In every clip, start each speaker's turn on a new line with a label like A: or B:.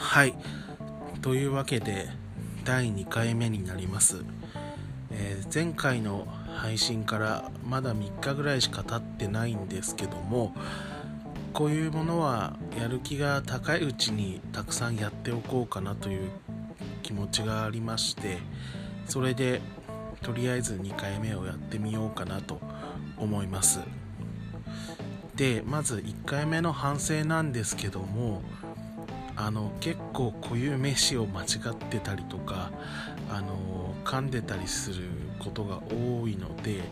A: はい。というわけで、第2回目になります。前回の配信からまだ3日ぐらいしか経ってないんですけども、こういうものはやる気が高いうちにたくさんやっておこうかなという気持ちがありまして、それでとりあえず2回目をやってみようかなと思います。で、まず1回目の反省なんですけども、結構固有名詞を間違ってたりとか噛んでたりすることが多いので、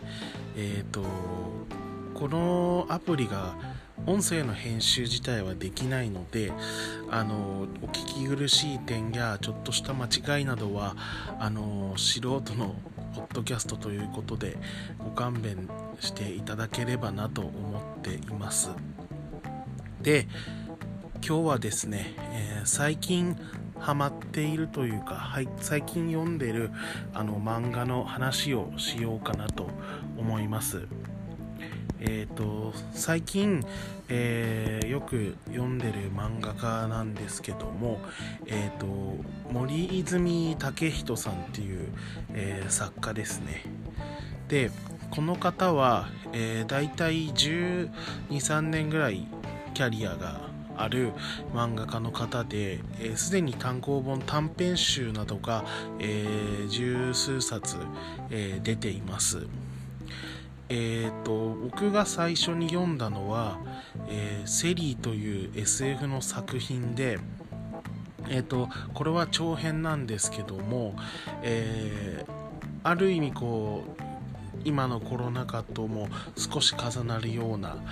A: このアプリが音声の編集自体はできないので、お聞き苦しい点やちょっとした間違いなどは素人のポッドキャストということでご勘弁していただければなと思っています。で、今日はですね、最近ハマっているというか、最近読んでる漫画の話をしようかなと思います。最近、よく読んでる漫画家なんですけども、森泉武人さんっていう、作家ですね。で、この方は、だいたい12、3年ぐらいキャリアがある漫画家の方で、すでに単行本短編集などが、十数冊、出ています。僕が最初に読んだのは、セリーという SF の作品で、これは長編なんですけども、ある意味こう今のコロナ禍とも少し重なるような、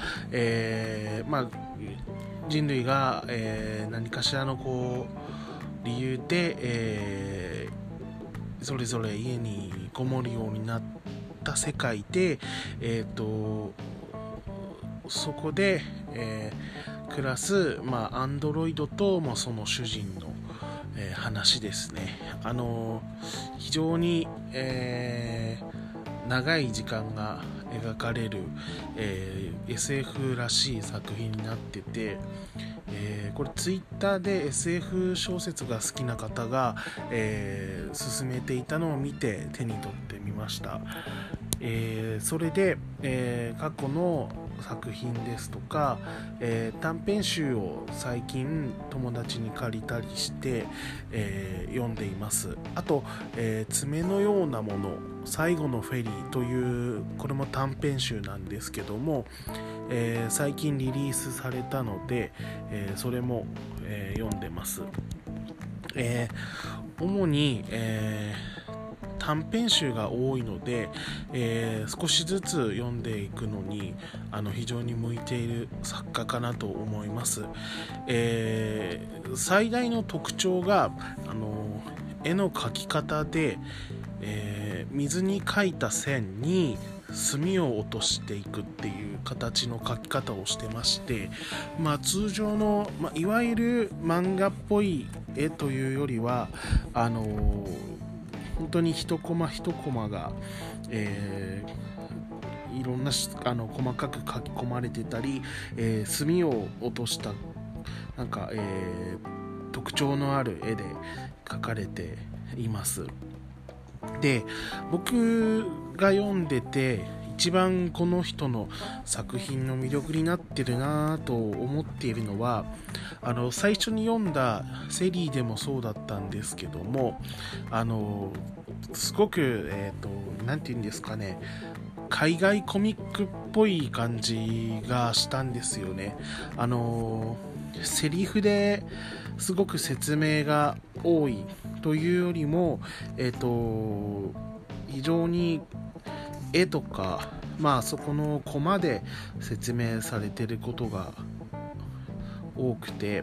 A: 人類が、何かしらの理由で、それぞれ家にこもるようになった世界で、そこで、暮らす、アンドロイドと、その主人の、話ですね。非常に、長い時間が描かれる、SF らしい作品になってて、これツイッターで SF 小説が好きな方が、進めていたのを見て手に取ってみました。それで、過去の作品ですとか、短編集を最近友達に借りたりして、読んでいます。あと、爪のようなもの、最後のフェリーというこれも短編集なんですけども、最近リリースされたので、それも、読んでます。主に、短編集が多いので、少しずつ読んでいくのに非常に向いている作家かなと思います。最大の特徴が絵の描き方で、水に描いた線に墨を落としていくっていう形の描き方をしてまして、通常の、いわゆる漫画っぽい絵というよりは本当に一コマ一コマが、いろんな細かく書き込まれてたり、墨を落とした特徴のある絵で描かれています。で、僕が読んでて一番この人の作品の魅力になってるなと思っているのは、最初に読んだセリーでもそうだったんですけども、すごくなんていうんですかね、海外コミックっぽい感じがしたんですよね。セリフですごく説明が多いというよりも、非常に絵とか、そこのコマで説明されていることが多くて、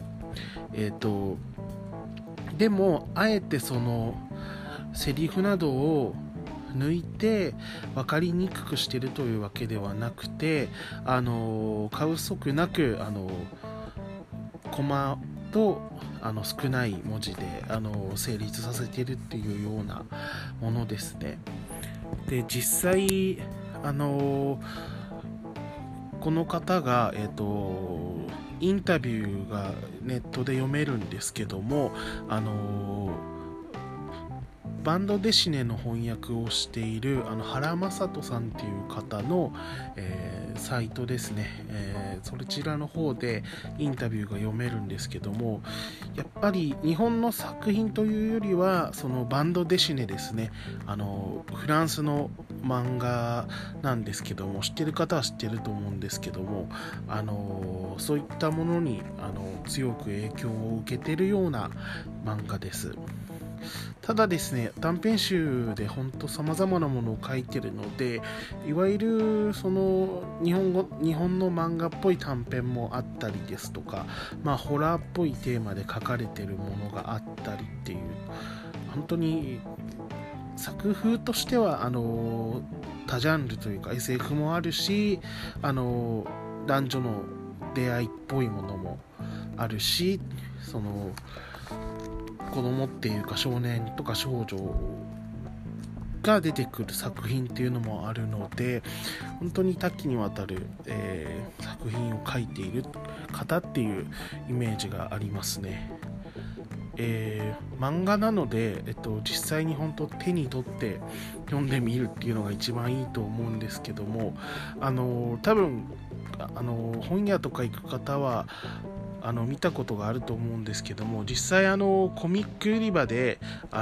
A: でもあえてそのセリフなどを抜いて分かりにくくしているというわけではなくて、過不足なくコマと少ない文字で成立させているっていうようなものですね。で、実際この方が、 インタビューがネットで読めるんですけども、バンドデシネの翻訳をしている原正人さんっていう方の、サイトですね、そちらの方でインタビューが読めるんですけども、やっぱり日本の作品というよりはそのバンドデシネですね、フランスの漫画なんですけども、知ってる方は知ってると思うんですけども、そういったものに強く影響を受けているような漫画です。ただですね、短編集で本当様々なものを書いてるので、いわゆるその日本の漫画っぽい短編もあったりですとか、ホラーっぽいテーマで書かれてるものがあったりっていう、本当に作風としては多ジャンルというか SF もあるし、男女の出会いっぽいものもあるし、その子供っていうか少年とか少女が出てくる作品っていうのもあるので、本当に多岐にわたる、作品を書いている方っていうイメージがありますね。漫画なので、実際に本当手に取って読んでみるっていうのが一番いいと思うんですけども、多分本屋とか行く方は見たことがあると思うんですけども、実際コミック売り場で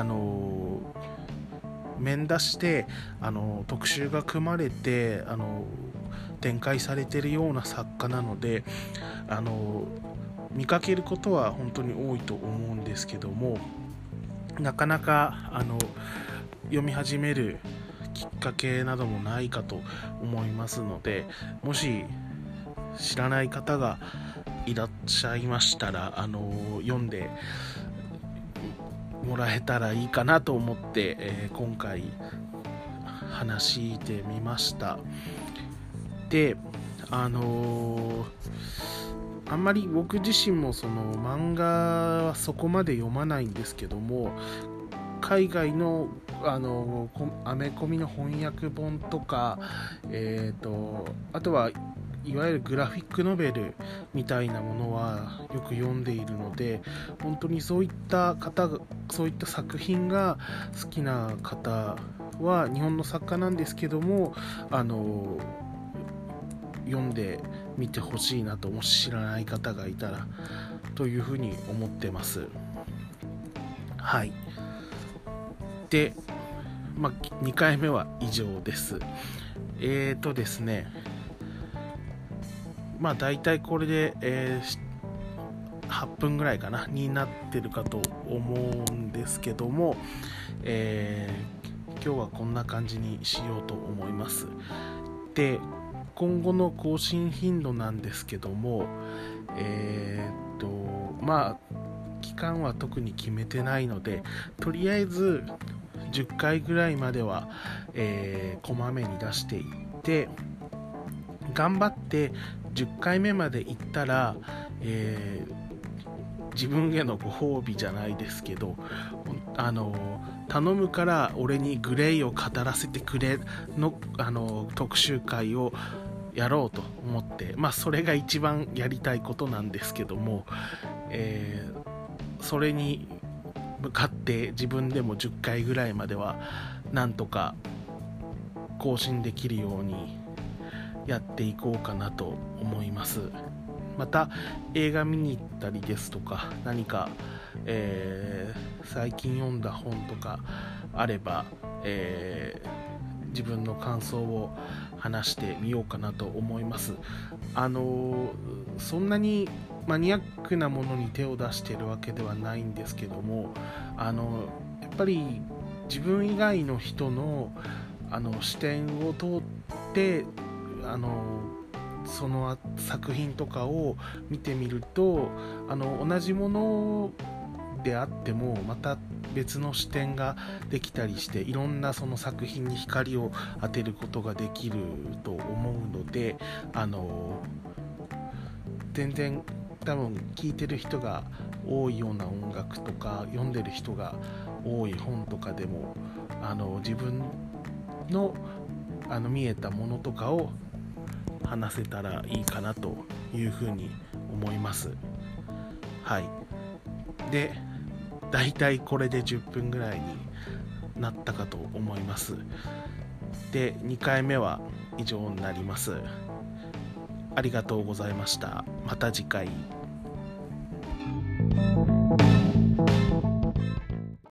A: 面出して特集が組まれて展開されているような作家なので、見かけることは本当に多いと思うんですけども、なかなか読み始めるきっかけなどもないかと思いますので、もし知らない方がいらっしゃいましたら読んでもらえたらいいかなと思って、今回話してみました。で、あんまり僕自身もその漫画はそこまで読まないんですけども、海外のアメコミの翻訳本とか、あとはいわゆるグラフィックノベルみたいなものはよく読んでいるので、本当にそういった作品が好きな方は日本の作家なんですけども読んでみてほしいなと、もし知らない方がいたらというふうに思ってます。はい。で、2回目は以上です。ですね、だいたいこれで、8分ぐらいかなになってるかと思うんですけども、今日はこんな感じにしようと思います。で、今後の更新頻度なんですけども、期間は特に決めてないので、とりあえず10回ぐらいまでは、こまめに出していって、頑張って10回目まで行ったら、自分へのご褒美じゃないですけど、頼むから俺にグレイを語らせてくれの特集会をやろうと思って、それが一番やりたいことなんですけども、それに向かって自分でも10回ぐらいまではなんとか更新できるようにやっていこうかなと思います。また映画見に行ったりですとか、何か、最近読んだ本とかあれば、自分の感想を話してみようかなと思います。そんなにマニアックなものに手を出しているわけではないんですけども、やっぱり自分以外の人の視点を通ってその作品とかを見てみると、同じものであってもまた別の視点ができたりして、いろんなその作品に光を当てることができると思うので、全然多分聴いてる人が多いような音楽とか読んでる人が多い本とかでも自分の見えたものとかを話せたらいいかなというふうに思います。はい。で、だいたいこれで10分ぐらいになったかと思います。で、2回目は以上になります。ありがとうございました。また次回。